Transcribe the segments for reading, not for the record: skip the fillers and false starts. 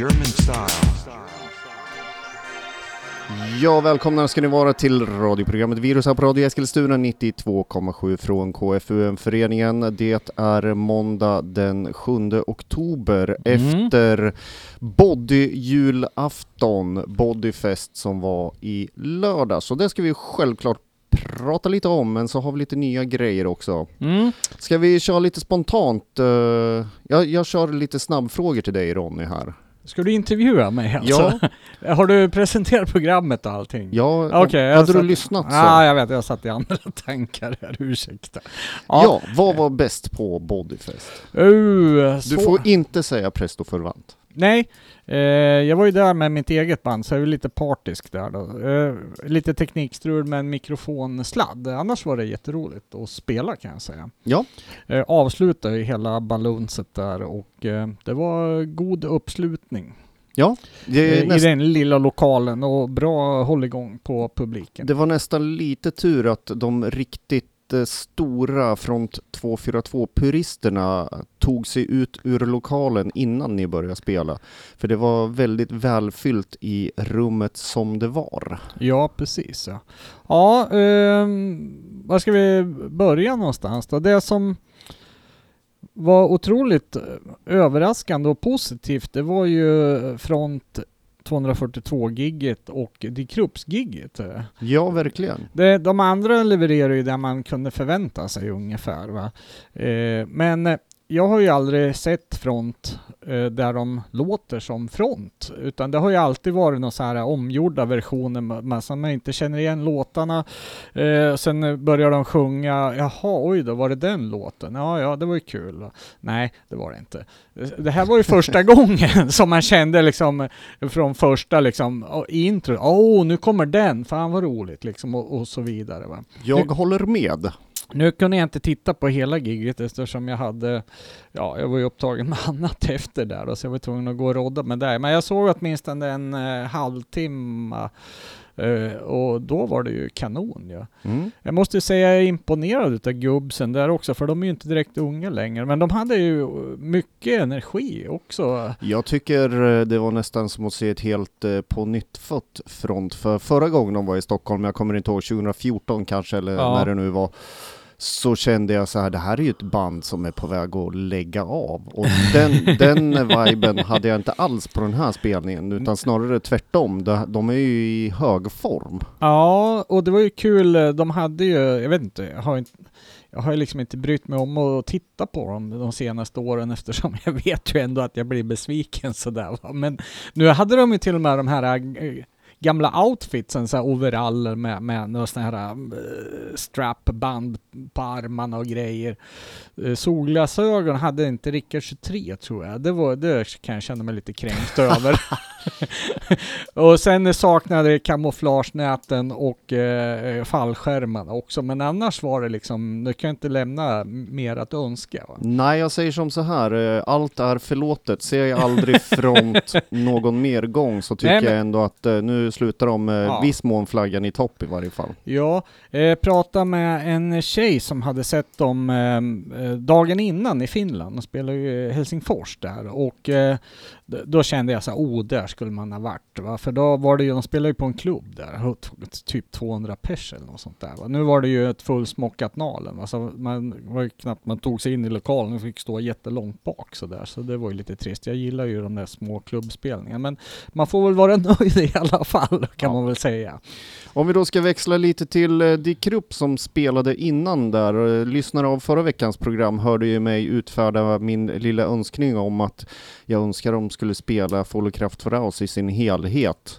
German style. Ja, välkomna ska ni vara till radioprogrammet Virus här på Radio Eskilstuna 92,7 från KFUM-föreningen. Det är måndag den 7 oktober efter Bodyjulafton, Bodyfest som var i lördag. Så det ska vi självklart prata lite om, men så har vi lite nya grejer också. Ska vi köra lite spontant? Jag kör lite snabbfrågor till dig, Ronny, här. Ska du intervjua mig alltså? Ja. Har du presenterat programmet och allting? Ja, okay, hade du lyssnat så? Ja, jag vet. Jag satt i andra tankar här, ursäkta. Ja, vad var bäst på Bodyfest? Du får inte säga Presto Förvant. Nej, jag var ju där med mitt eget band, så jag är lite partisk där då. Lite teknikstrul med en mikrofonsladd. Annars var det jätteroligt att spela, kan jag säga. Ja. Avslutade hela ballonset där och det var god uppslutning. Ja, i den lilla lokalen och bra hålligång på publiken. Det var nästan lite tur att de riktigt stora Front 242-puristerna tog sig ut ur lokalen innan ni började spela. För det var väldigt välfyllt i rummet som det var. Ja, precis. Ja, var ska vi börja någonstans då? Det som var otroligt överraskande och positivt, det var ju Front 242-gigget och Die Krupps-gigget. Ja, verkligen. De andra levererar ju där man kunde förvänta sig ungefär. Va? Men jag har ju aldrig sett Front där de låter som Front. Utan det har ju alltid varit några så här omgjorda versioner som man inte känner igen låtarna. Sen börjar de sjunga, jaha, oj då, var det den låten? Ja, det var ju kul. Va? Nej, det var det inte. Det här var ju första gången som man kände liksom från första liksom intro. Nu kommer den, fan vad roligt liksom och så vidare. Va? Jag håller med. Nu kunde jag inte titta på hela giget eftersom jag var ju upptagen med annat efter där då, så jag var tvungen att gå och rodda med det. Men jag såg åtminstone en halvtimme och då var det ju kanon. Ja. Jag måste säga jag är imponerad utav gubbsen där också, för de är ju inte direkt unga längre, men de hade ju mycket energi också. Jag tycker det var nästan som att se ett helt på nytt fött Front. För förra gången de var i Stockholm, jag kommer inte ihåg, 2014 kanske, eller när det nu var, så kände jag så här, det här är ju ett band som är på väg att lägga av. Och den viben hade jag inte alls på den här spelningen, utan snarare tvärtom. De är ju i hög form. Ja, och det var ju kul. De hade ju, jag vet inte, jag har liksom inte brytt mig om att titta på dem de senaste åren, eftersom jag vet ju ändå att jag blir besviken sådär. Va? Men nu hade de ju till och med de här gamla outfitsen, så här overaller med några såna här strapband på armarna och grejer. Solglasögon hade inte Rickard 23, tror jag. Det kan jag känna mig lite kränkt över. Och sen saknade kamouflagenäten och fallskärmarna också. Men annars var det liksom, du kan inte lämna mer att önska. Va? Nej, jag säger som så här, allt är förlåtet. Ser jag aldrig Front någon mer gång, så tycker jag ändå att nu slutar de viss mån flaggan i topp i varje fall. Ja, prata med en tjej som hade sett dem dagen innan i Finland. De spelade ju Helsingfors där, och då kände jag så här, där skulle man ha varit. Va? För då var det ju, de spelade ju på en klubb där, typ 200 pers eller något sånt där. Va? Nu var det ju ett fullsmockat Nalen. Va? Så man tog sig in i lokalen och fick stå jättelångt bak så där. Så det var ju lite trist. Jag gillar ju de där små klubbspelningarna, men man får väl vara nöjd i alla fall, kan man väl säga. Om vi då ska växla lite till Die Krupps som spelade innan där. Lyssnare av förra veckans program hörde ju mig utfärda min lilla önskning om att jag önskar de skulle spela Full Kraft för oss i sin helhet.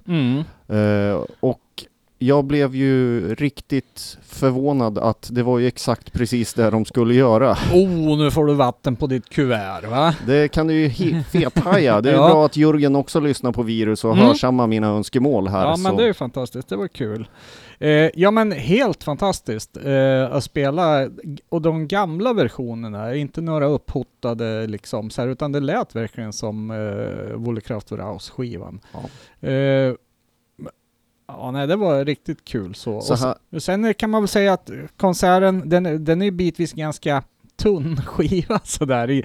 Och jag blev ju riktigt förvånad att det var ju exakt precis det de skulle göra. Nu får du vatten på ditt kuvert, va? Det kan du ju fethaja. Det är bra att Jörgen också lyssnar på Virus och hörsammar mina önskemål här. Ja, men det är ju fantastiskt. Det var kul. Ja, men helt fantastiskt att spela. Och de gamla versionerna, inte några upphotade liksom, så här, utan det lät verkligen som Wollkraft och Raus-skivan. Ja, nej, det var riktigt kul. Så sen kan man väl säga att konserten, den är bitvis ganska tunn skiva sådär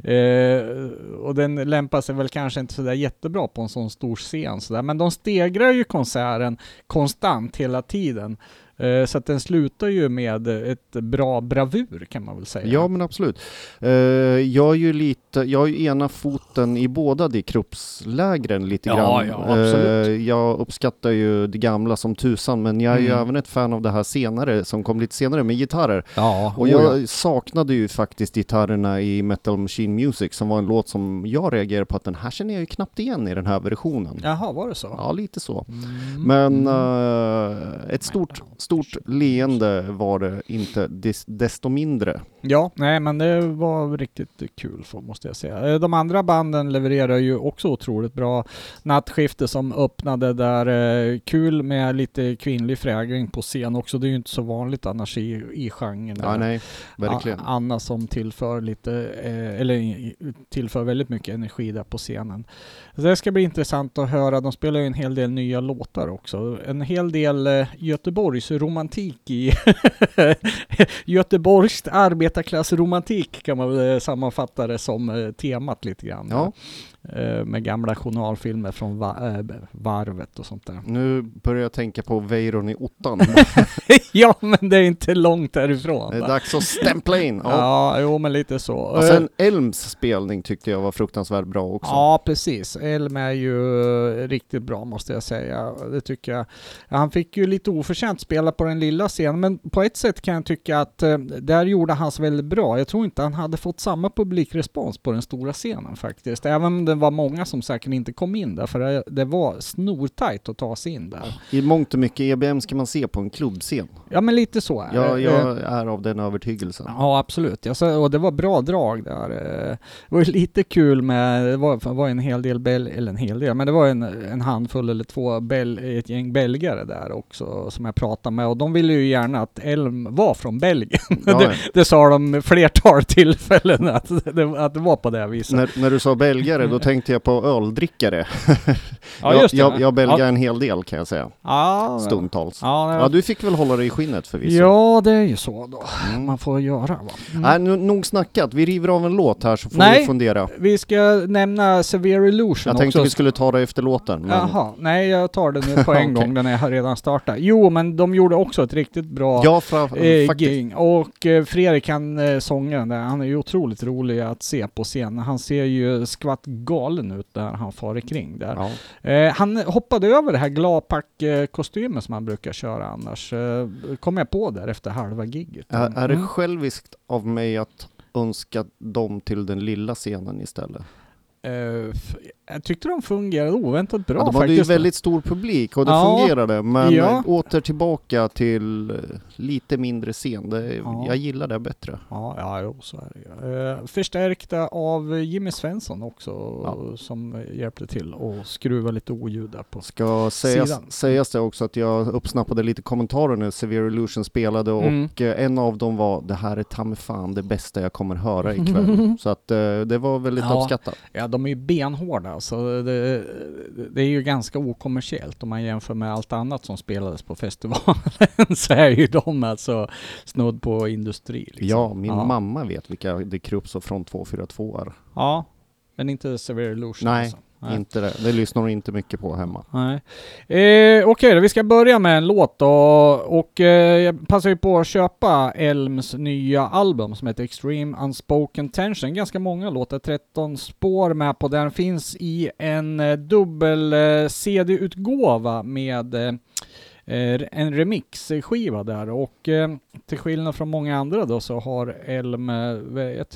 och den lämpar sig väl kanske inte sådär jättebra på en sån stor scen sådär, men de stegrar ju konserten konstant hela tiden. Så att den slutar ju med ett bra bravur kan man väl säga. Ja, men absolut. Jag har ju ena foten i båda de Krups-lägren lite grann. Ja, absolut. Jag uppskattar ju det gamla som tusan, men jag är ju även ett fan av det här senare som kom lite senare med gitarrer. Ja, och jag saknade ju faktiskt gitarrerna i Metal Machine Music, som var en låt som jag reagerade på att den här känner jag ju knappt igen i den här versionen. Jaha, var det så? Ja, lite så. Men ett stort leende var det inte desto mindre. Ja, nej, men det var riktigt kul måste jag säga. De andra banden levererar ju också otroligt bra. Nattskifte som öppnade där, kul med lite kvinnlig frägring på scen också. Det är ju inte så vanligt annars i genren. Ja, nej, verkligen. Anna som tillför tillför väldigt mycket energi där på scenen. Så det ska bli intressant att höra. De spelar ju en hel del nya låtar också. En hel del Göteborgs romantik i Göteborgs arbetarklassromantik kan man väl sammanfatta det som temat lite grann. Ja. Med gamla journalfilmer från varvet och sånt där. Nu börjar jag tänka på Weiron i Ottan. Ja, men det är inte långt därifrån. Det är dags att stämpla in. Ja, jo, men lite så. Och sen Elms spelning tyckte jag var fruktansvärt bra också. Ja, precis. Elm är ju riktigt bra måste jag säga. Det tycker jag. Han fick ju lite oförtjänt spela på den lilla scenen, men på ett sätt kan jag tycka att där gjorde han så väldigt bra. Jag tror inte han hade fått samma publikrespons på den stora scenen faktiskt. Även om det var många som säkert inte kom in där, för det var snortajt att ta sig in där. I mångt och mycket EBM ska man se på en klubbscen. Ja, men lite så är det. Jag är av den övertygelsen. Ja, absolut. Och det var bra drag där. Det var lite kul med, det var en hel del men det var en handfull eller två ett gäng belgare där också som jag pratade med, och de ville ju gärna att Elm var från Belgien. Ja. det sa de flertal tillfällen att det var på det viset. När du sa belgare, då tänkte jag på öldrickare. Ja, just det. Jag belgar en hel del kan jag säga. Ja, stundtals. Ja, du fick väl hålla dig i skinnet förvisso. Ja, det är ju så då. Man får göra, va? Nej, nog snackat. Vi river av en låt här så får vi fundera. Vi ska nämna Severe Illusion. Jag tänkte vi skulle ta det efter låten. Men... Jaha, nej, jag tar det nu på en gång. Den har redan startat. Jo, men de gjorde också ett riktigt bra gig. Och Fredrik, sångaren där, han är ju otroligt rolig att se på scen. Han ser ju skvatt galen ut där han far kring där. Ja. Han hoppade över det här Glapack-kostymen som han brukar köra annars. Kom jag på där efter halva gigget. Är det själviskt av mig att önska dem till den lilla scenen istället? Jag tyckte de fungerade oväntat bra. Ja, de hade ju väldigt stor publik och det fungerade, men åter tillbaka till lite mindre scen. Jag gillar det bättre. Ja, så är det. Förstärkta av Jimmy Svensson också, som hjälpte till och skruva lite oljud där på sägas det också att jag uppsnappade lite kommentarer när Severe Illusion spelade och en av dem var: det här är tamme fan det bästa jag kommer höra ikväll. Så att det var väldigt uppskattat. Ja, de är ju benhårda. Så det är ju ganska okommersiellt om man jämför med allt annat som spelades på festivalen. Så är ju de alltså snudd på industri. Liksom. Ja, min mamma vet vilka The Krups och Front 242 är. Ja, men inte Severe Illusion. Nej. Alltså. Nej. Inte det. Det lyssnar hon inte mycket på hemma. Nej. Okej då, vi ska börja med en låt då. Och jag passar ju på att köpa Elms nya album som heter Extreme Unspoken Tension. Ganska många låtar, 13 spår med på den. Finns i en dubbel CD-utgåva med en remixskiva där, och till skillnad från många andra då så har Elm, jag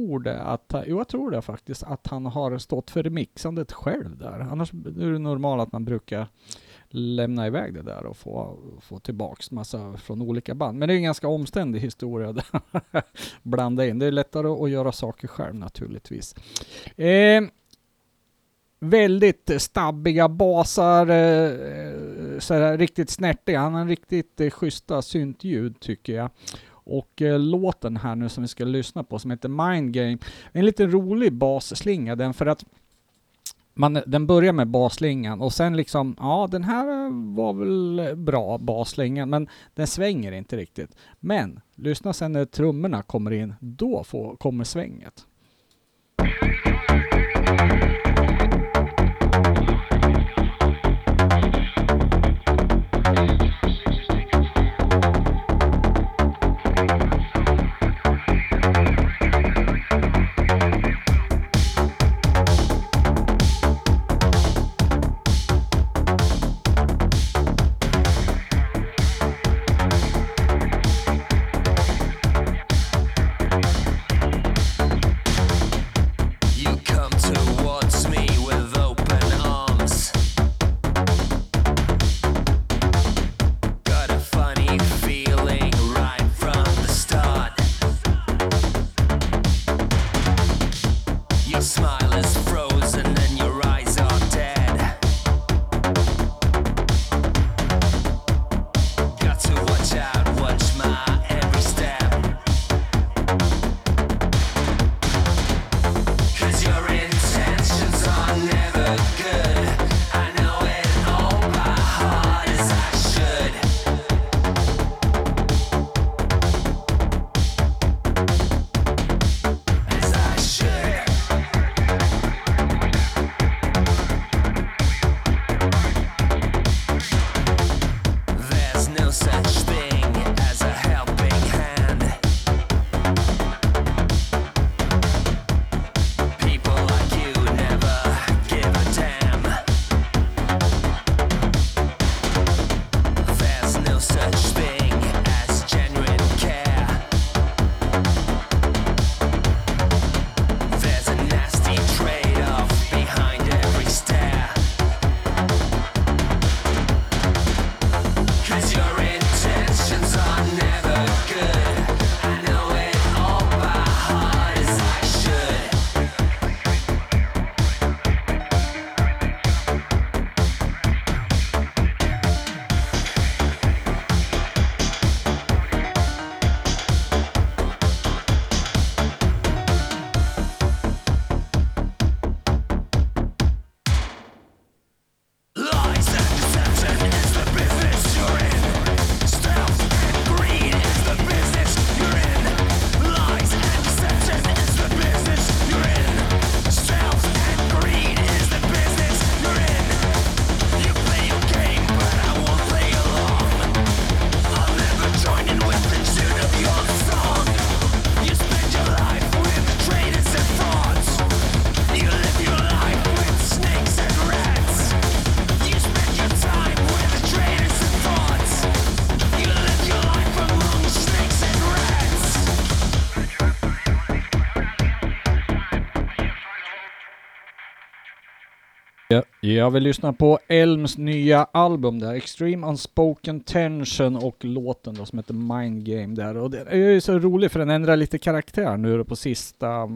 tror det faktiskt att han har stått för remixandet själv där. Annars är det normalt att man brukar lämna iväg det där och få tillbaks massa från olika band. Men det är en ganska omständig historia där. Blanda in. Det är lättare att göra saker själv naturligtvis. Väldigt stabbiga basar, sådär riktigt snärtiga. Han har en riktigt schyssta syntljud tycker jag. Och låten här nu som vi ska lyssna på som heter Mind Game, en lite rolig basslinga den, för att den börjar med basslingan och sen liksom, ja den här var väl bra basslingan, men den svänger inte riktigt. Men lyssna sen när trummorna kommer in, då kommer svänget. Jag vill lyssna på Elms nya album där, Extreme Unspoken Tension, och låten då som heter Mind Game där. Och det är ju så roligt för den ändrar lite karaktär nu på sista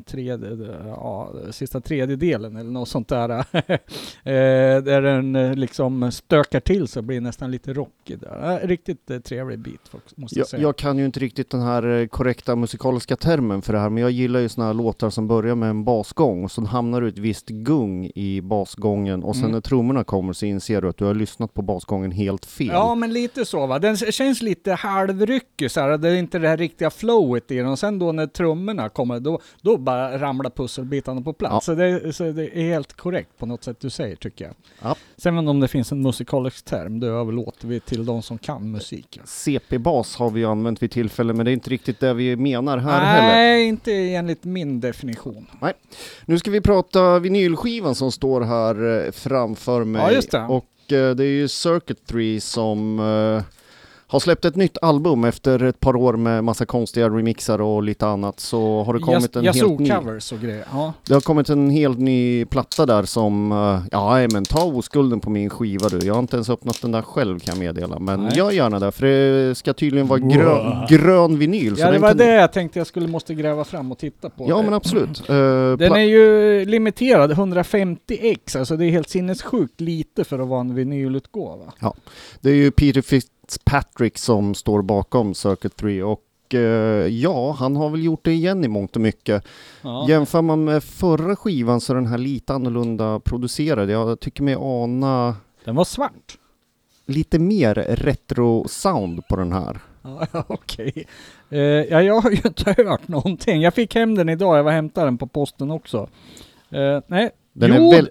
tredjedelen eller något sånt där. Där den liksom stökar till så blir nästan lite rockig där. Riktigt trevlig beat måste jag säga. Jag kan ju inte riktigt den här korrekta musikaliska termen för det här, men jag gillar ju såna här låtar som börjar med en basgång och så hamnar du ett visst gung i basgången och sen när trummorna kommer så inser du att du har lyssnat på basgången helt fel. Ja, men lite så va. Den känns lite halvryckig så här. Det är inte det här riktiga flowet i den. Och sen då när trummorna kommer, då bara ramlar pusselbitarna på plats. Ja. Så det är helt korrekt på något sätt du säger, tycker jag. Ja. Sen om det finns en musikalisk term, det överlåter vi till de som kan musik. CP-bas har vi använt vid tillfälle, men det är inte riktigt det vi menar här heller. Nej, inte enligt min definition. Nej. Nu ska vi prata vinylskivan som står här framför mig. Ja, just det. Och det är ju Circuit 3 som har släppt ett nytt album efter ett par år med massa konstiga remixar och lite annat, så har det kommit en helt ny covers och grejer. Ja. Det har kommit en helt ny platta där som men ta oskulden på min skiva du. Jag har inte ens öppnat den där själv, kan jag meddela, men jag gärna där, för det ska tydligen vara grön vinyl. Ja, så det var det jag tänkte jag måste gräva fram och titta på. Ja, men absolut. Den är ju limiterad 150x, alltså det är helt sinnessjukt lite för att vara en vinylutgåva. Ja, det är ju Peter Fitzpatrick som står bakom Circuit 3 och ja, han har väl gjort det igen i mångt och mycket. Ja. Jämför man med förra skivan så är den här lite annorlunda producerad. Jag tycker mig ana Den var svart. lite mer retro-sound på den här. Ja, okej. Ja, jag har ju inte hört någonting. Jag fick hem den idag, jag var hämtade den på posten också. Nej. Den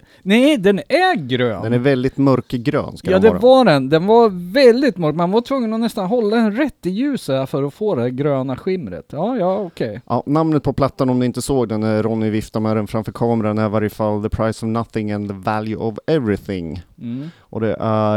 är grön. Den är väldigt mörkgrön ska Ja, den det vara. var den. Den var väldigt mörk. Man var tvungen att nästan hålla den rätt i ljuset för att få det gröna skimret. Ja, okej. Ja, namnet på plattan om ni inte såg den, när Ronny viftar med den framför kameran, är i varje fall The Price of Nothing and the Value of Everything. Mm. Och det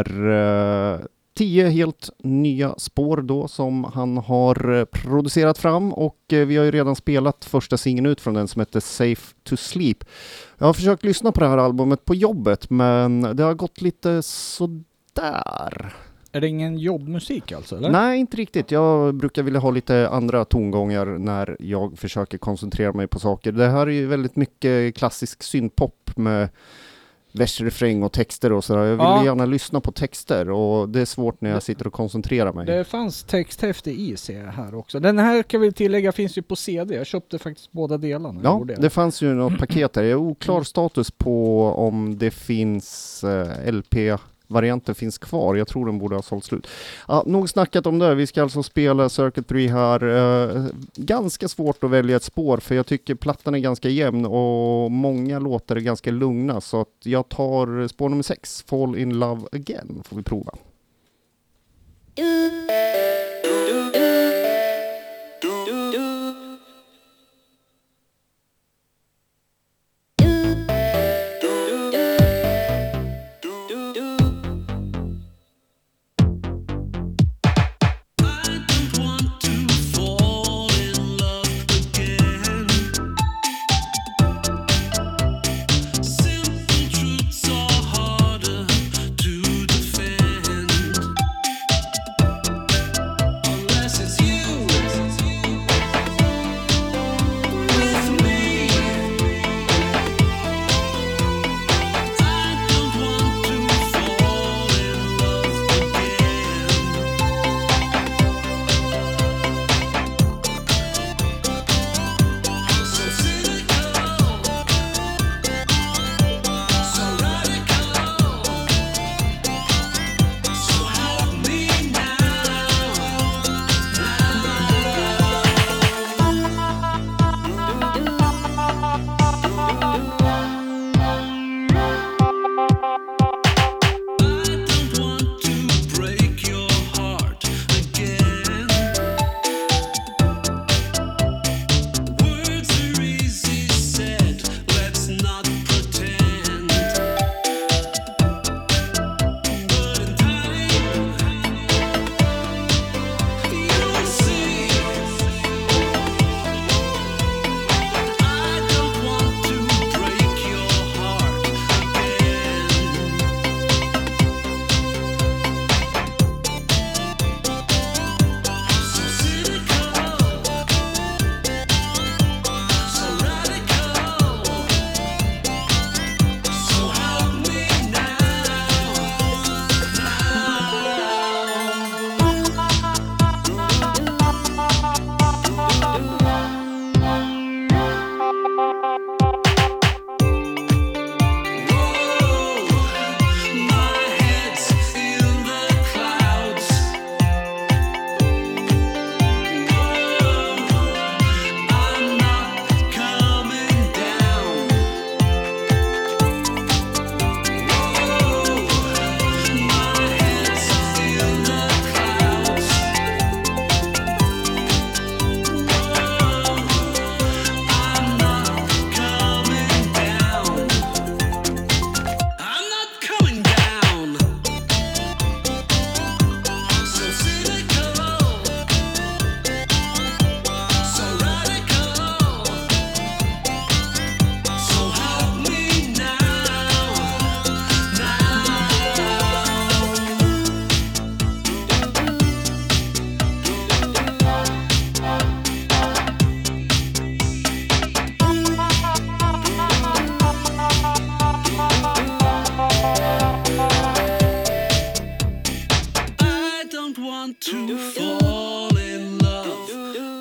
är 10 helt nya spår då som han har producerat fram, och vi har ju redan spelat första singeln ut från den som heter Safe to Sleep. Jag har försökt lyssna på det här albumet på jobbet, men det har gått lite sådär. Är det ingen jobbmusik alltså, eller? Nej, inte riktigt. Jag brukar vilja ha lite andra tongångar när jag försöker koncentrera mig på saker. Det här är ju väldigt mycket klassisk synpop med vers, refräng och texter och sådär. Jag vill gärna lyssna på texter, och det är svårt när jag sitter och koncentrerar mig. Det fanns texthäfte i sig här också. Den här kan vi tillägga finns ju på CD. Jag köpte faktiskt båda delarna. Ja, det fanns ju något paket där. Jag är oklar status på om det finns LP-varianter finns kvar. Jag tror den borde ha sålt slut. Ja, nog snackat om det. Vi ska alltså spela Circuit 3 här. Ganska svårt att välja ett spår, för jag tycker plattan är ganska jämn och många låtar är ganska lugna. Så att jag tar spår nummer 6, Fall in Love Again, får vi prova. to fall in love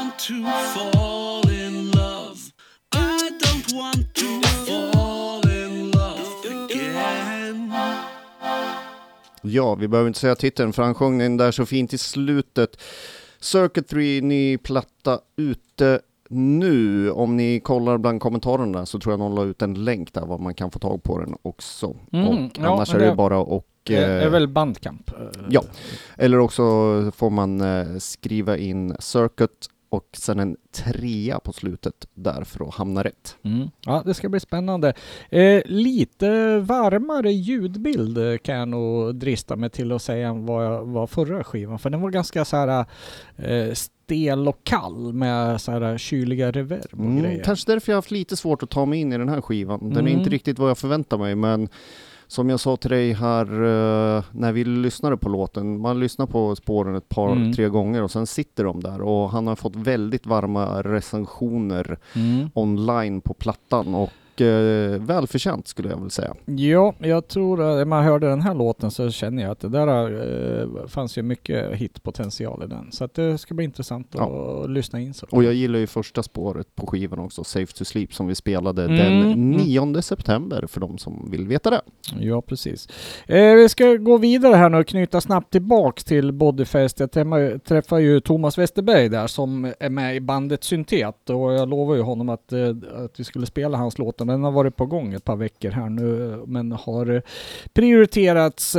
want to fall in love. I don't want to fall in love again. Ja, vi behöver inte säga titeln för han sjöng den där så fint i slutet. Circuit 3, ny platta ute nu. Om ni kollar bland kommentarerna så tror jag någon la ut en länk där var man kan få tag på den också. Och annars är det bara och är väl Bandcamp. Ja, eller också får man skriva in Circuit och sen en 3 på slutet där för att hamna rätt. Ja, det ska bli spännande. Lite varmare ljudbild kan jag nog drista mig till att säga än vad jag var förra skivan. För den var ganska så här stel och kall med så här kyliga reverb och grejer. Kanske därför jag har haft lite svårt att ta mig in i den här skivan. Den är inte riktigt vad jag förväntar mig, men som jag sa till dig här när vi lyssnade på låten, man lyssnar på spåren ett par, 3 gånger och sen sitter de där och han har fått väldigt varma recensioner online på plattan och välförtjänt skulle jag väl säga. Ja, jag tror att när man hörde den här låten så känner jag att det där fanns ju mycket hitpotential i den. Så att det ska bli intressant att lyssna in så. Och jag gillar ju första spåret på skivan också, Safe to Sleep, som vi spelade den 9 september för de som vill veta det. Ja, precis. Vi ska gå vidare här nu och knyta snabbt tillbaks till Bodyfest. Jag träffar ju Thomas Westerberg där som är med i bandet Syntet och jag lovar ju honom att vi skulle spela hans låtar. Den har varit på gång ett par veckor här nu men har prioriterats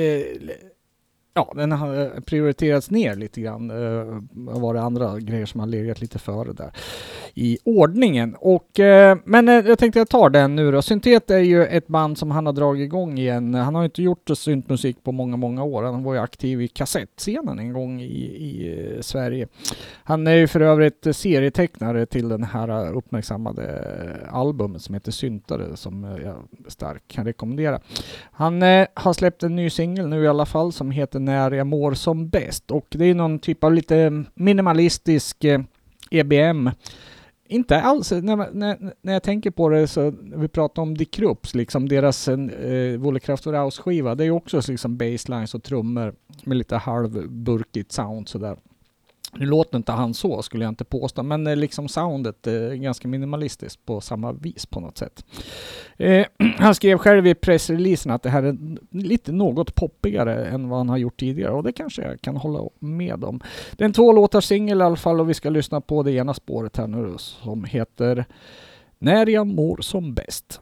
den har prioriterats ner lite grann. Det var det andra grejer som har legat lite före där i ordningen. Men jag tänkte jag tar den nu då. Syntet är ju ett band som han har dragit igång igen. Han har inte gjort syntmusik på många år. Han var ju aktiv i kassettscenen en gång i Sverige. Han är ju för övrigt serietecknare till den här uppmärksammade albumet som heter Syntare som jag starkt kan rekommendera. Han har släppt en ny singel nu i alla fall som heter När jag mår som bäst och det är någon typ av lite minimalistisk EBM. Inte alls, när jag tänker på det så vi pratar om Die Krupps, liksom deras Wollkraft och Raus-skiva, det är ju också liksom basslines och trummor med lite halvburkigt sound sådär. Nu låter inte han så skulle jag inte påstå, men liksom soundet är ganska minimalistiskt på samma vis på något sätt. Han skrev själv i pressreleasen att det här är lite något poppigare än vad han har gjort tidigare och det kanske jag kan hålla med om. Det är en 2 låtar singel i alla fall och vi ska lyssna på det ena spåret här nu som heter När jag mår som bäst.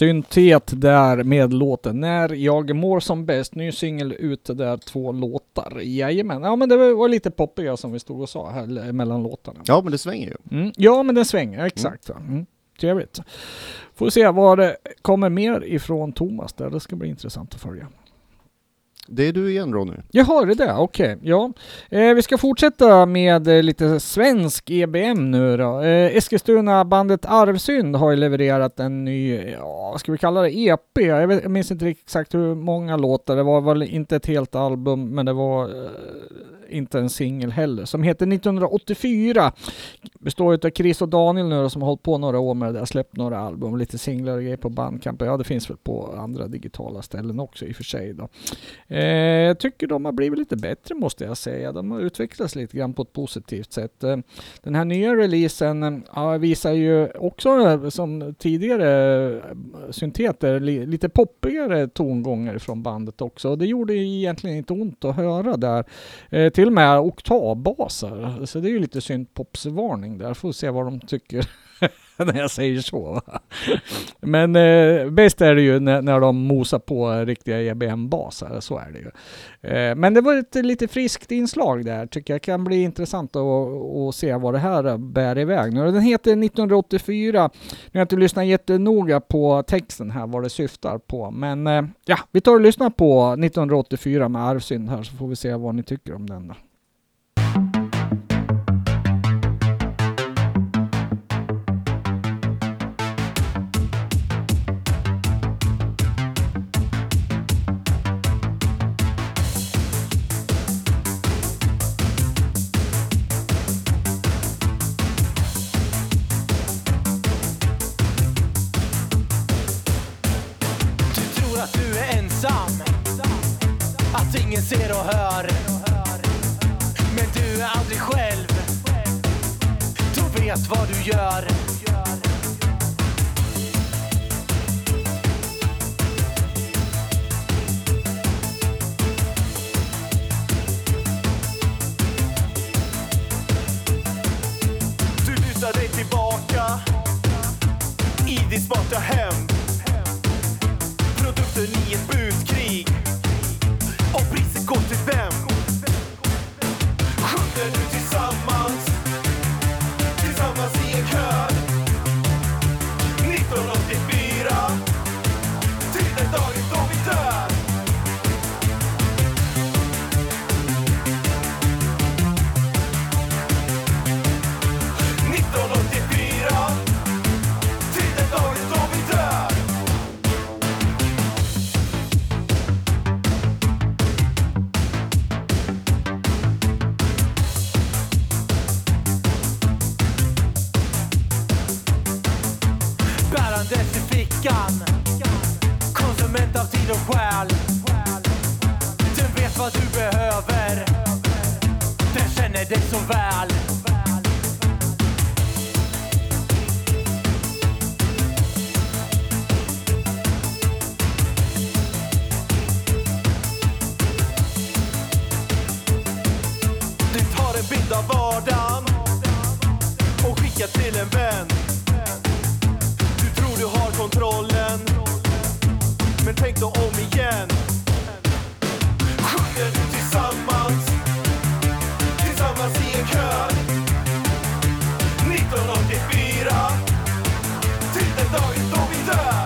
Syntet där med låten När jag mår som bäst. Ny singel ute där, 2 låtar. Jajamän. Ja, men det var lite poppiga som vi stod och sa här mellan låtarna. Ja, men det svänger ju. Ja, men den svänger. Exakt. Trevligt. Får se vad det kommer mer ifrån Thomas där. Det ska bli intressant att följa. Det är du igen, Ronny. Jag hörde det, okej. Ja. Vi ska fortsätta med lite svensk EBM nu då. Eskilstuna bandet Arvsynd har ju levererat en ny, ska vi kalla det EP? Jag minns inte exakt hur många låtar. Det var väl inte ett helt album, men det var inte en singel heller. Som heter 1984. Består av Chris och Daniel nu då, som har hållit på några år med det där. Släppt några album, lite singlar och grejer på Bandcamp. Ja, det finns väl på andra digitala ställen också i och för sig då. Jag tycker de har blivit lite bättre, måste jag säga. De har utvecklats lite grann på ett positivt sätt. Den här nya releasen visar ju också som tidigare synteter lite poppigare tongångar från bandet också. Och det gjorde egentligen inte ont att höra där. Till och med oktavbaser. Så det är ju lite syntpopsvarning där. Får se vad de tycker när jag säger så. Men bäst är det ju när de mosar på riktiga EBM-baser. Så är det ju. Men det var ett lite friskt inslag där. Tycker jag kan bli intressant att se vad det här bär iväg. Nu, den heter 1984. Nu har jag inte lyssnat jättenoga på texten här, vad det syftar på. Men ja, vi tar och lyssnar på 1984 med Arvsynd här, så får vi se vad ni tycker om den då. Att ingen ser och hör. Men du är aldrig själv. Du vet vad du gör. Du lutar dig tillbaka i ditt smarta hem. Produkten i ett budkrig. Och priset går till vem? Sjunger du tillsammans i en kör. 1984 till den dagen då vi dör. Bärandes i fickan, konsument av tid och själ. Den vet vad du behöver, den känner dig så väl. Du tar en bild av vardagen och skickar till en vän. Du har kontrollen, men tänk då om igen. Sjunger du tillsammans i en kör. 1984 till den dagen då vi dör.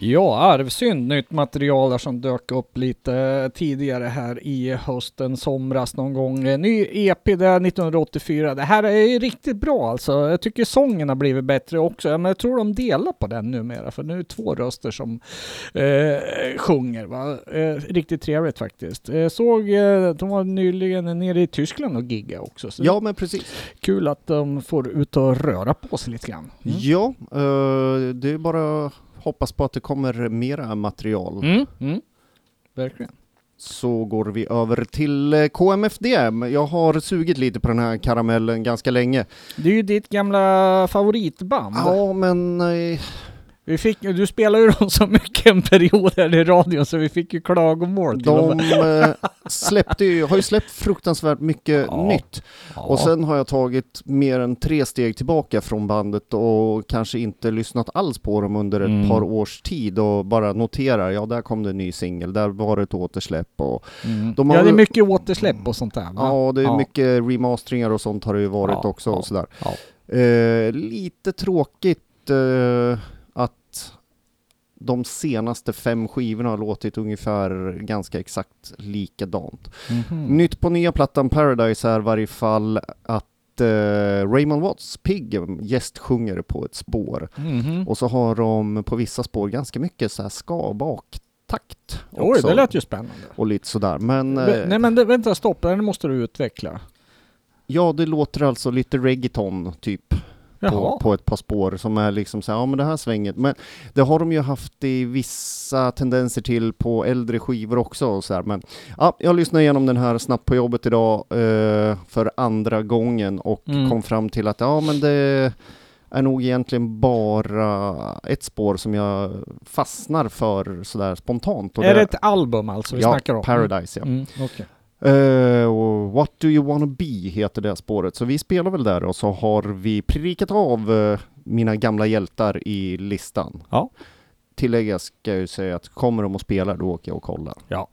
Ja, Arvsynd, nytt material som dök upp lite tidigare här i hösten, somras någon gång. Ny EP där 1984. Det här är riktigt bra alltså. Jag tycker sången har blivit bättre också. Men jag tror de delar på den numera, för nu är det 2 röster som sjunger. Va? Riktigt trevligt faktiskt. Såg, de var nyligen nere i Tyskland och gigga också. Så Ja, men precis. kul att de får ut och röra på sig lite grann. Ja, det är bara hoppas på att det kommer mera material. Verkligen. Så går vi över till KMFDM. Jag har sugit lite på den här karamellen ganska länge. Det är ju ditt gamla favoritband. Ja, men Du spelar ju dem så mycket en period här i radion så vi fick ju klagomål till dem. De har ju släppt fruktansvärt mycket nytt. Ja. Och sen har jag tagit mer än 3 steg tillbaka från bandet och kanske inte lyssnat alls på dem under ett par års tid och bara noterar, ja där kom det en ny singel, där var det ett återsläpp. Och de har det är mycket återsläpp och sånt där. Va? Ja, det är mycket remasteringar och sånt har det ju varit också. Och sådär. Ja. Lite tråkigt att de senaste 5 skivorna har låtit ungefär ganska exakt likadant. Nytt på nya plattan Paradise är i varje fall att Raymond Watts Pig gästsjunger på ett spår. Och så har de på vissa spår ganska mycket så här ska-bak-takt. Oj, det lät ju spännande. Och lite sådär. Men, nej men vänta, stopp, den måste du utveckla. Ja, det låter alltså lite reggaeton typ. På ett par spår som är liksom så här, ja men det här svänget. Men det har de ju haft i vissa tendenser till på äldre skivor också och så här. Men ja, jag lyssnade igenom den här snabbt på jobbet idag för andra gången och kom fram till att ja men det är nog egentligen bara ett spår som jag fastnar för sådär spontant. Och är det ett album alltså vi snackar om? Paradise, ja. Okay. What do you wanna be heter det spåret. Så vi spelar väl där och så har vi prickat av mina gamla hjältar i listan. Ja. Tilläggas ska jag ju säga att kommer de att spela då åker jag och kollar. Ja.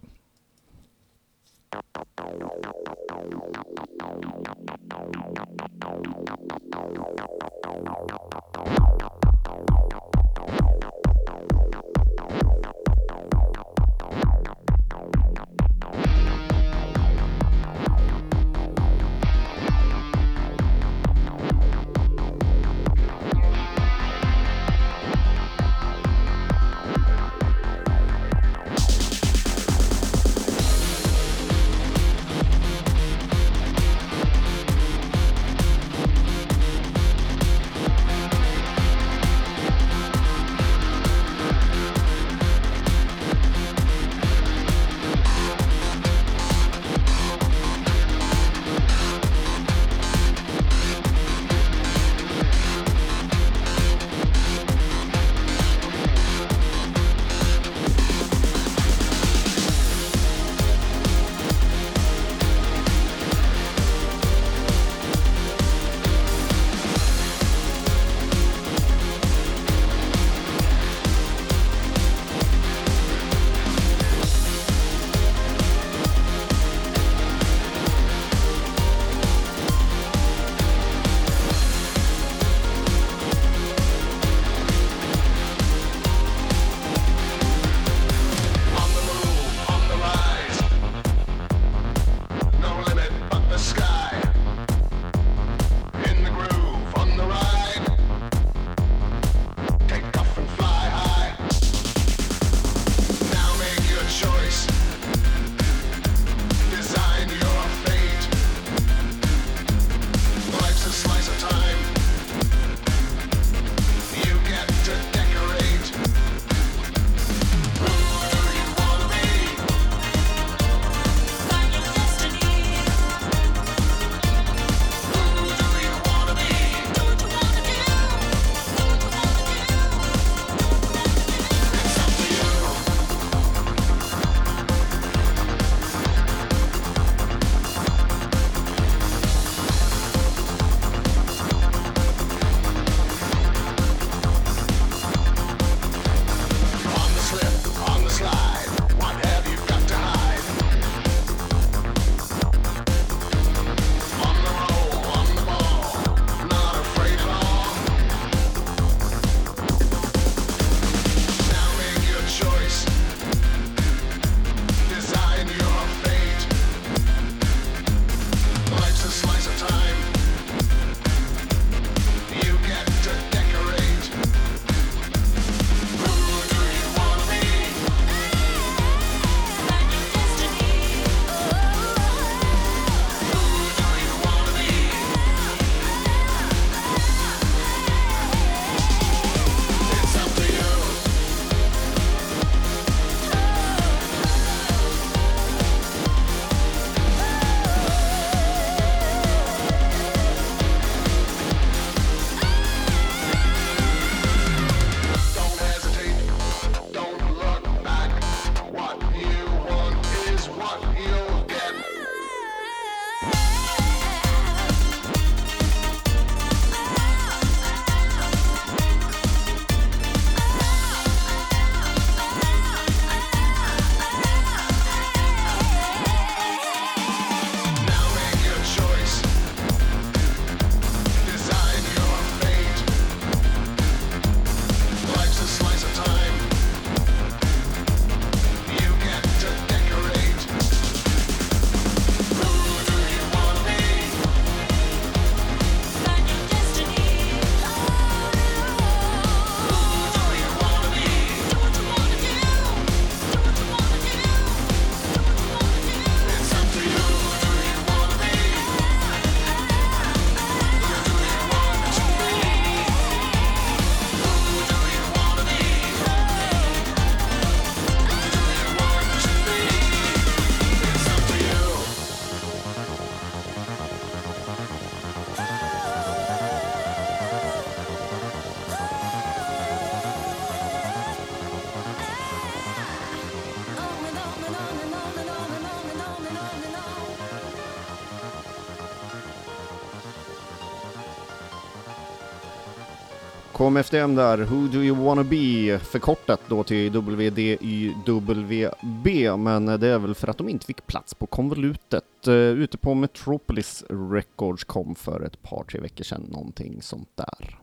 KMFDM där, Who Do You Wanna Be, förkortat då till WDYWB, men det är väl för att de inte fick plats på konvolutet. Ute på Metropolis Records kom för ett par, 3 veckor sedan, någonting sånt där.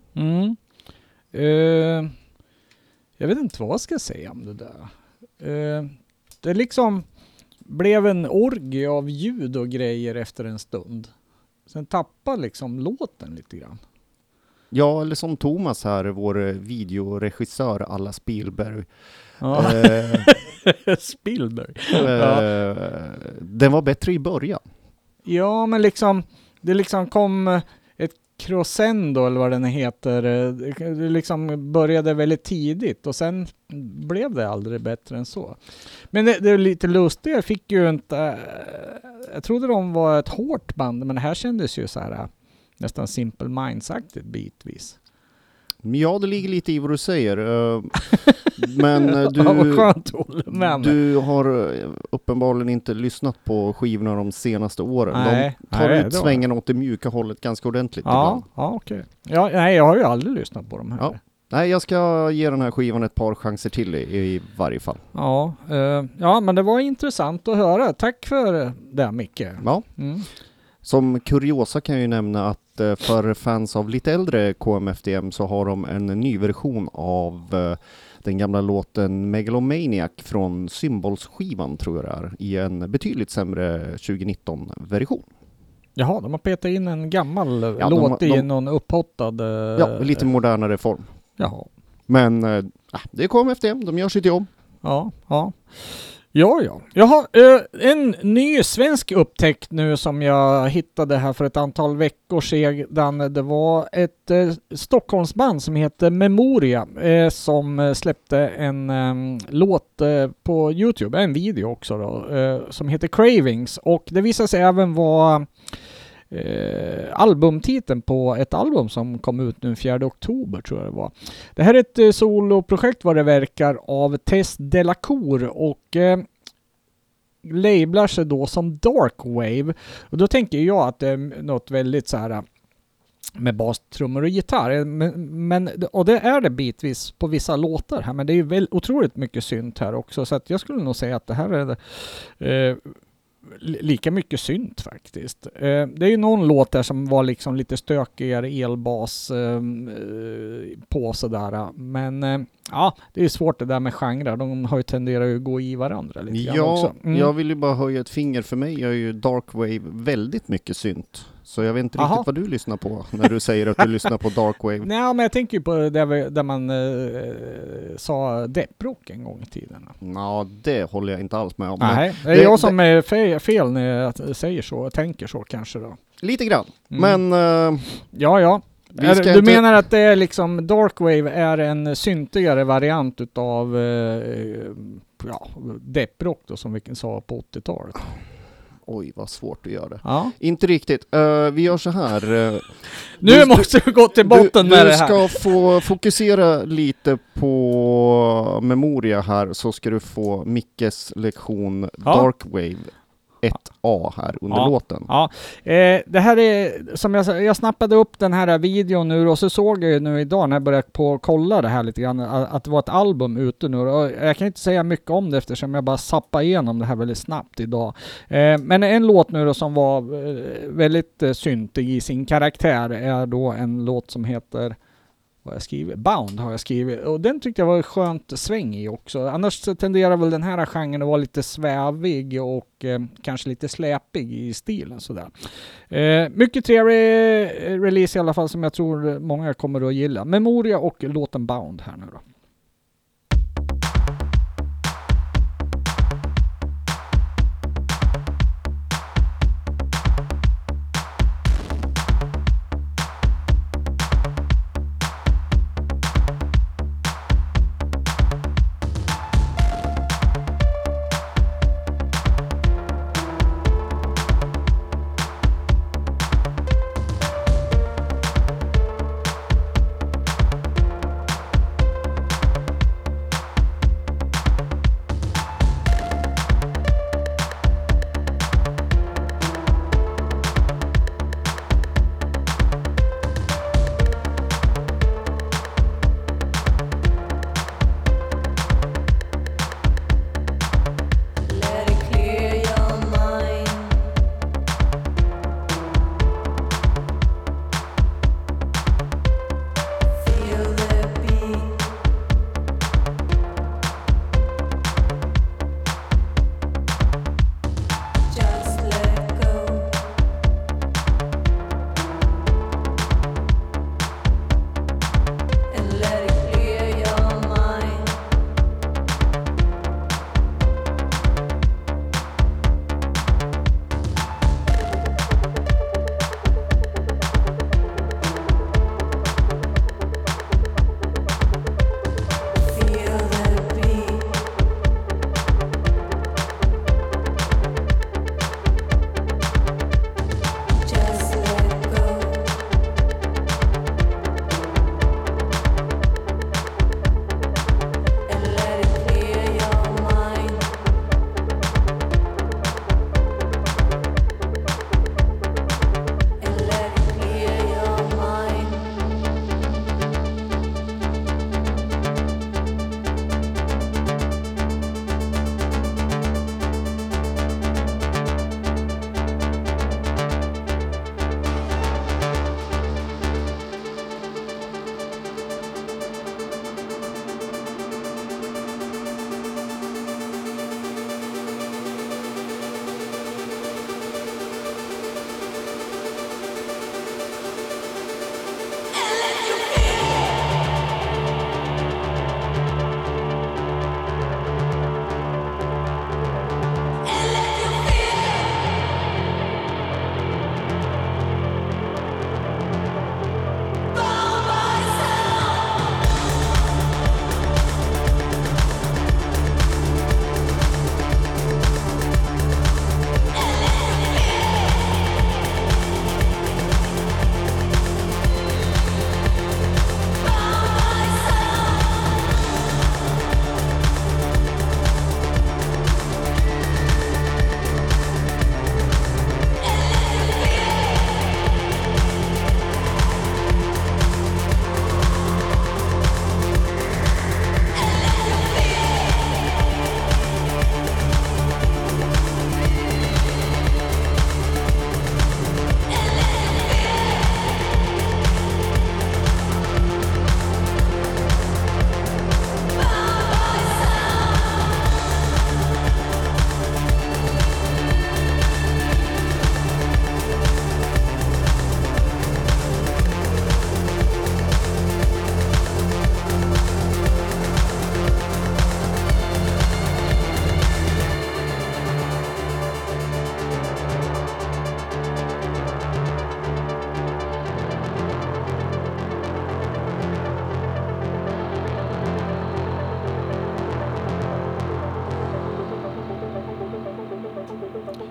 Jag vet inte vad jag ska säga om det där. Det liksom blev en orgie av ljud och grejer efter en stund. Sen tappade liksom låten lite grann. Ja, eller som Thomas här, vår videoregissör alla Spielberg. Ja. Spielberg. Den var bättre i början. Ja, men liksom det liksom kom ett crescendo eller vad den heter. Det liksom började väldigt tidigt och sen blev det aldrig bättre än så. Men det är lite lustigt. Jag fick ju inte... Jag trodde de var ett hårt band, men det här kändes ju så här nästan Simple Minds-aktigt bitvis. Ja, det ligger lite i vad du säger. Men du har uppenbarligen inte lyssnat på skivorna de senaste åren. Nej, de tar ut svängen åt det mjuka hållet ganska ordentligt. Ja, okej. Ja, nej, jag har ju aldrig lyssnat på de här. Ja. Nej, jag ska ge den här skivan ett par chanser till i varje fall. Ja, men det var intressant att höra. Tack för det, Micke. Ja. Som kuriosa kan jag ju nämna att för fans av lite äldre KMFDM så har de en ny version av den gamla låten Megalomaniac från Symbols-skivan, tror jag det är, i en betydligt sämre 2019-version. Jaha, de har petat in en gammal låt i någon upphottad... Ja, lite modernare form. Jaha. Men det är KMFDM, de gör sitt jobb. Ja. Jag har en ny svensk upptäckt nu som jag hittade här för ett antal veckor sedan. Det var ett Stockholmsband som heter Memoria som släppte en låt på YouTube, en video också då, som heter Cravings, och det visar sig även vara albumtiteln på ett album som kom ut nu 4 oktober, tror jag det var. Det här är ett soloprojekt vad det verkar av Tess Delacour och lablar sig då som Dark Wave. Och då tänker jag att det är något väldigt så här med bas, trummor och gitarr. Men och det är det bitvis på vissa låtar här, men det är ju väl otroligt mycket synt här också, så att jag skulle nog säga att det här är lika mycket synt faktiskt. Det är ju någon låt där som var liksom lite stökigare elbas på sådär. Men ja, det är svårt det där med genrer. De har ju tenderat att gå i varandra lite grann också. Jag vill ju bara höja ett finger. För mig är ju Dark Wave väldigt mycket synt. Så jag vet inte riktigt vad du lyssnar på när du säger att du lyssnar på Dark Wave. Nej, men jag tänker ju på där man sa depprock en gång i tiden. Ja, det håller jag inte alls med om. Nej, det är jag som är fel när jag säger så, tänker så kanske då. Lite grann, men... Ja. Du menar att det är liksom Dark Wave är en syntigare variant utav depprock då, som vi sa på 80-talet? Oj, vad svårt att göra det. Ja. Inte riktigt. Vi gör så här. Nu måste vi gå till botten med det här. Du ska få fokusera lite på Memoria här, så ska du få Mickes lektion Dark Wave 1A här under låten. Ja. Det här är, som jag snappade upp den här videon nu, och så såg jag nu idag när jag började på kolla det här lite grann, att det var ett album ute nu. Och jag kan inte säga mycket om det eftersom jag bara zappade igenom det här väldigt snabbt idag. Men en låt nu då som var väldigt syntig i sin karaktär är då en låt som heter Bound har jag skrivit, och den tyckte jag var skönt sväng i också. Annars tenderar väl den här genren att vara lite svävig och kanske lite släpig i stilen sådär. Mycket trevlig release i alla fall, som jag tror många kommer att gilla. Memoria och låten Bound här nu då.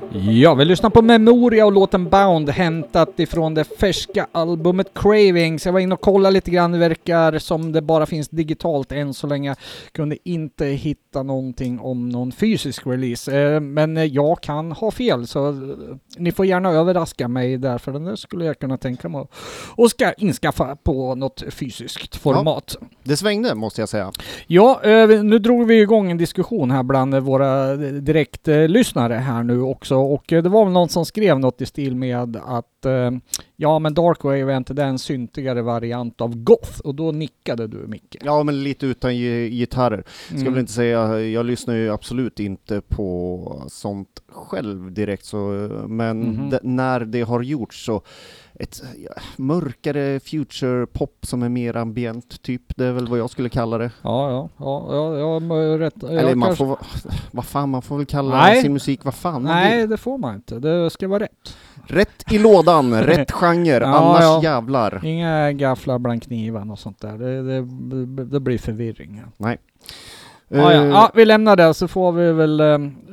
Ja, vi lyssnar på Memoria och låten Bound, hämtat ifrån det färska albumet Cravings. Jag var inne och kollade lite grann, det verkar som det bara finns digitalt än så länge. Kunde inte hitta någonting om någon fysisk release, men jag kan ha fel, så ni får gärna överraska mig där, för den där skulle jag kunna tänka mig och ska inskaffa på något fysiskt format. Ja, det svängde, måste jag säga. Ja, nu drog vi igång en diskussion här bland våra direktlyssnare här nu också, och det var väl någon som skrev något i stil med att ja, men Darkwave är inte den syntigare variant av goth, och då nickade du, Micke. Ja, men lite utan gitarrer. Ska väl inte säga, jag lyssnar ju absolut inte på sånt själv direkt, så, men när det har gjorts så ett mörkare future pop som är mer ambient typ, det är väl vad jag skulle kalla det. Ja, rätt. Eller man får, vad fan, man får väl kalla sin musik vad fan man vill. Nej, det får man inte. Det ska vara rätt. Rätt i lådan, rätt genre, annars jävlar. Inga gafflar bland kniven och sånt där. Det blir förvirring. Nej. Vi lämnar det, så får vi väl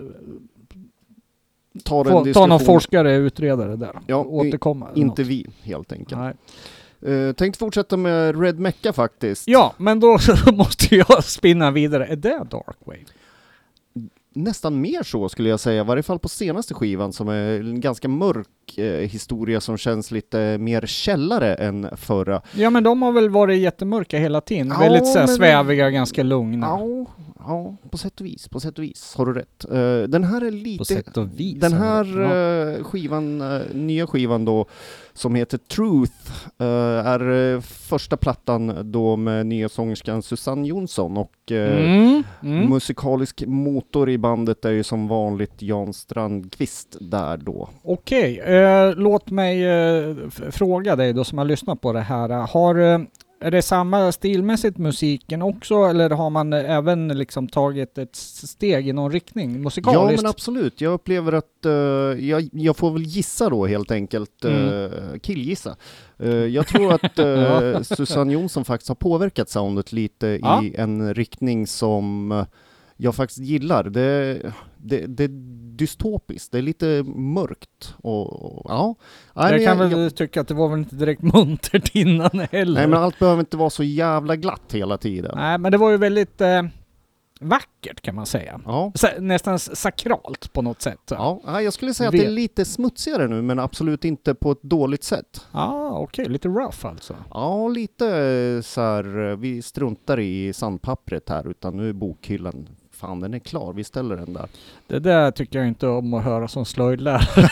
ta någon forskare, utredare där. Ja, återkomma. Inte vi, helt enkelt. Tänkte fortsätta med Red Mecca faktiskt. Ja, men då måste jag spinna vidare. Är det Darkwave? Nästan mer så skulle jag säga, i varje fall på senaste skivan, som är en ganska mörk historia som känns lite mer källare än förra. Ja, men de har väl varit jättemörka hela tiden. Ja, väldigt så sväviga, ganska lugna. Ja, på sätt och vis har du rätt. Den här är lite... På sätt och vis. Den här skivan, nya skivan då, som heter Truth, är första plattan då med nya sångerskan Susanne Jonsson, och musikalisk motor i bandet är ju som vanligt Jan Strandqvist där då. Okej, låt mig fråga dig då som har lyssnat på det här. Är det samma stilmässigt musiken också, eller har man även liksom tagit ett steg i någon riktning musikaliskt? Ja, men absolut. Jag upplever att jag får väl gissa då helt enkelt, killgissa. Jag tror att Susanne Jonsson faktiskt har påverkat soundet lite i en riktning som jag faktiskt gillar. Det är dystopiskt, det är lite mörkt. Jag kan väl tycka att det var väl inte direkt muntert innan heller. Nej, men allt behöver inte vara så jävla glatt hela tiden. Nej, men det var ju väldigt vackert kan man säga. Ja. Nästan sakralt på något sätt. Ja, jag skulle säga att det är lite smutsigare nu, men absolut inte på ett dåligt sätt. Okej. Lite rough alltså. Ja, lite så här, vi struntar i sandpappret här, utan nu är bokhyllan, fan, den är klar, vi ställer den där. Det där tycker jag inte om att höra som slöjdlärare.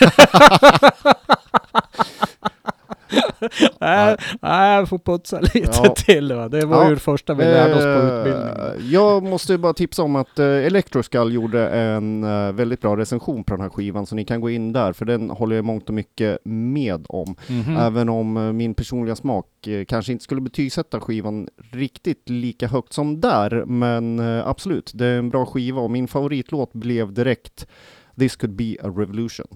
Nej, jag får putsa lite till. Va? Det var ju det första vi lärde oss på utbildningen. Jag måste bara tipsa om att Electroskull gjorde en väldigt bra recension på den här skivan, så ni kan gå in där, för den håller jag mångt och mycket med om. Även om min personliga smak kanske inte skulle betygsätta skivan riktigt lika högt som där, men absolut, det är en bra skiva, och min favoritlåt blev direkt This Could Be a Revolution.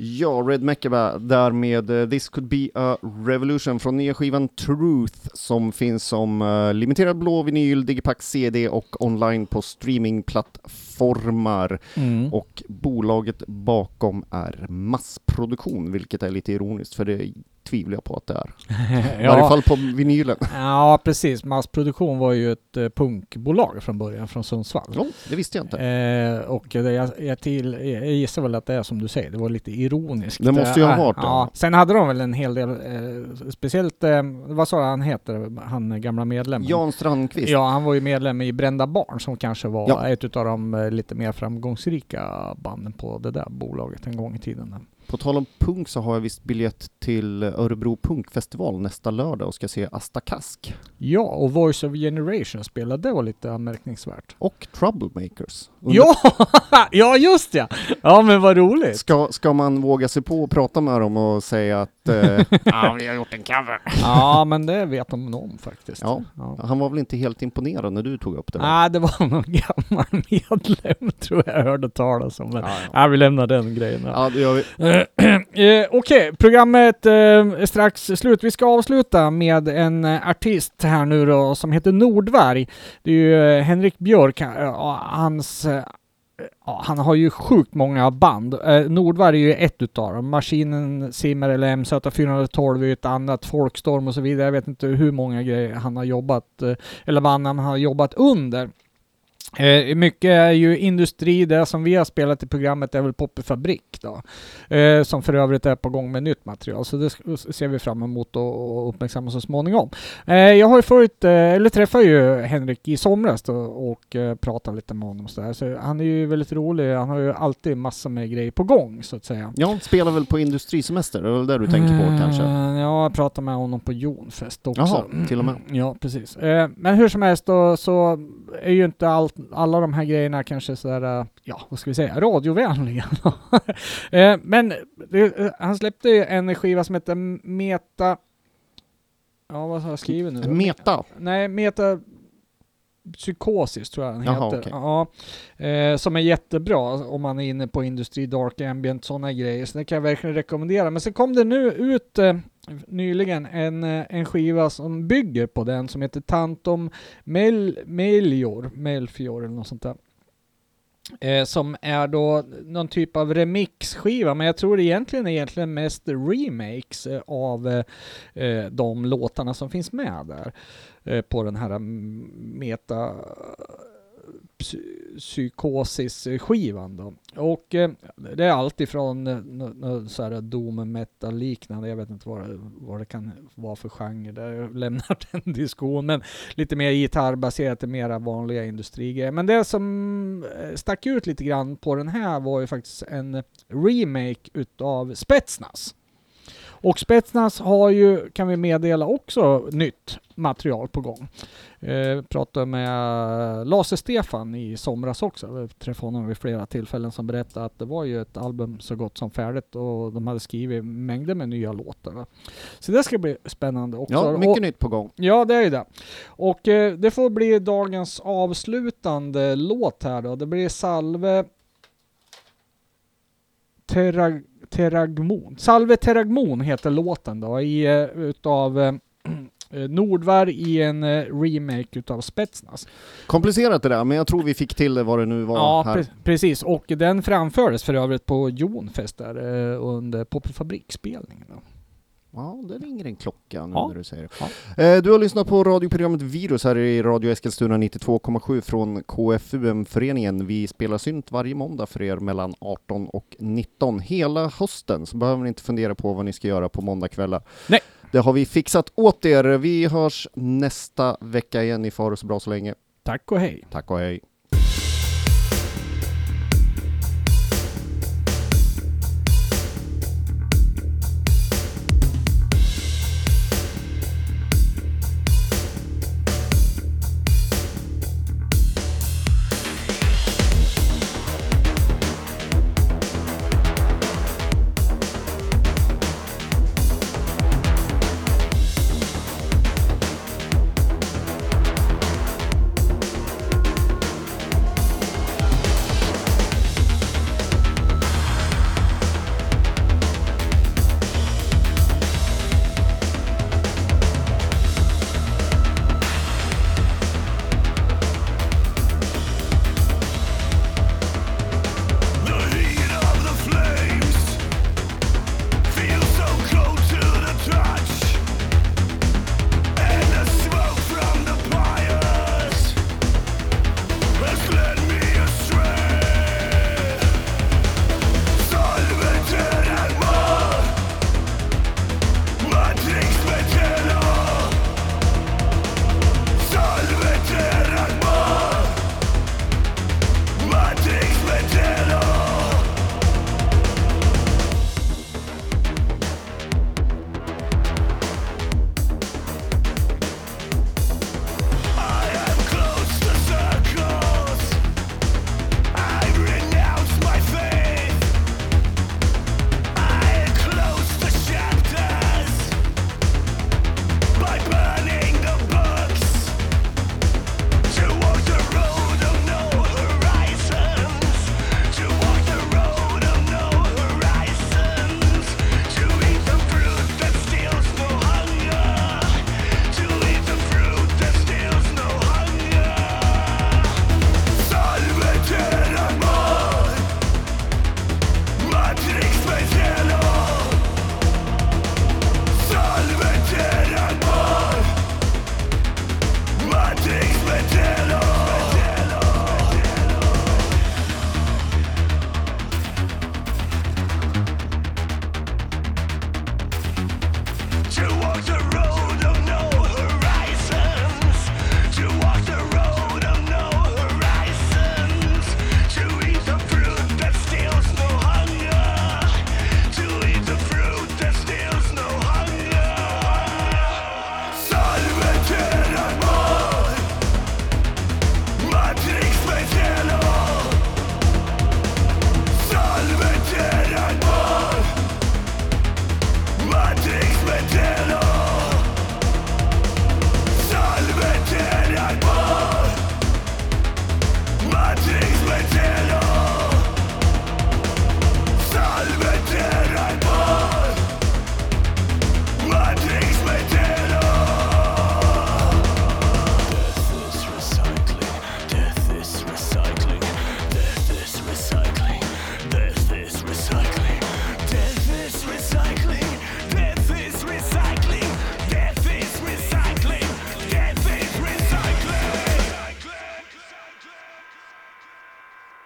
Ja, Red Mekaba där med This Could Be a Revolution från nya skivan Truth som finns som limiterad blå vinyl, digipack, CD och online på streamingplattformar. Och bolaget bakom är Massproduktion, vilket är lite ironiskt för det tvivlar jag på att det är. I varje fall på vinylen. Ja, precis. Massproduktion var ju ett punkbolag från början, från Sundsvall. Ja, det visste jag inte. Och jag gissar väl att det är som du säger, det var lite ironiskt. Det måste ju ha varit det. Ja. Sen hade de väl en hel del, speciellt, vad sa han heter, han gamla medlemmen? Jan Strandqvist. Ja, han var ju medlem i Brända Barn som kanske var ett av de lite mer framgångsrika banden på det där bolaget en gång i tiden. På tal om punk så har jag visst biljett till Örebro Punkfestival nästa lördag och ska se Asta Kask. Ja, och Voice of Generation spelade, det var lite anmärkningsvärt. Och Troublemakers. Ja, just det! Ja, men vad roligt! Ska man våga sig på och prata med dem och säga att ja, vi har gjort en cover? Ja, men det vet de om faktiskt. Ja. Han var väl inte helt imponerad när du tog upp det? Nej, det var någon gammal medlem tror jag hörde talas om. Men vi lämnar den grejen. Ja, det gör vi. Okej, programmet är strax slut. Vi ska avsluta med en artist här nu då som heter Nordvarg. Det är ju Henrik Björk, han har ju sjukt många band. Nordvarg är ju ett utav dem. Maskinen, Simmer eller MZ412 är ett annat, Folkstorm och så vidare. Jag vet inte hur många grejer han har jobbat, eller vad han har jobbat under. Mycket är ju industri, det som vi har spelat i programmet är väl Poppefabrik då, som för övrigt är på gång med nytt material, så det ser vi fram emot och uppmärksamma så småningom. Jag har ju träffade ju Henrik i somras då, och pratat lite med honom så där. Så han är ju väldigt rolig, han har ju alltid massor med grejer på gång så att säga. Ja, spelar väl på industrisemester, det är väl det du tänker på kanske? Ja, jag pratade med honom på Jonfest också. Jaha, till och med. Ja, precis. Men hur som helst då, så är ju inte alla de här grejerna kanske sådär, vad ska vi säga, radiovänliga. Men han släppte ju en skiva som heter Meta... Ja, vad har jag skrivit nu? Meta? Nej, Meta... Psykosis tror jag den heter. Okay. Ja, som är jättebra om man är inne på industri, dark ambient, sådana grejer. Så det kan jag verkligen rekommendera. Men sen kom det nu ut nyligen en skiva som bygger på den som heter Tantum Melfior eller något sånt där. Som är då någon typ av remixskiva, men jag tror det egentligen mest remakes av de låtarna som finns med där på den här Meta Psykosis-skivan då. Och det är allt ifrån så här doom metal liknande, jag vet inte vad det kan vara för genre, där jag lämnar den diskussionen, men lite mer gitarrbaserat, mera vanliga industrigrejer. Men det som stack ut lite grann på den här var ju faktiskt en remake utav Spetsnaz. Och Spetsnaz har ju, kan vi meddela, också nytt material på gång. Pratade med Lasse Stefan i somras också. Jag träffade honom vid flera tillfällen som berättade att det var ju ett album så gott som färdigt och de hade skrivit mängder med nya låtar. Va? Så det ska bli spännande också. Ja, mycket nytt på gång. Ja, det är ju det. Och det får bli dagens avslutande låt här då. Det blir Salve Terragmon. Salve Terragmon heter låten då, utav Nordvarg i en remake utav Spetsnaz. Komplicerat det där, men jag tror vi fick till det vad det nu var här. Ja, precis. Och den framfördes för övrigt på Jonfest där under Poppefabrik-spelningen då. Ja, det ringer en klocka nu när du säger det. Ja. Du har lyssnat på radioprogrammet Virus här i Radio Eskilstuna 92,7 från KFUM-föreningen. Vi spelar synt varje måndag för er mellan 18 och 19 hela hösten, så behöver ni inte fundera på vad ni ska göra på måndagkvällar. Nej. Det har vi fixat åt er. Vi hörs nästa vecka igen. Ni får ha det så bra så länge. Tack och hej. Tack och hej.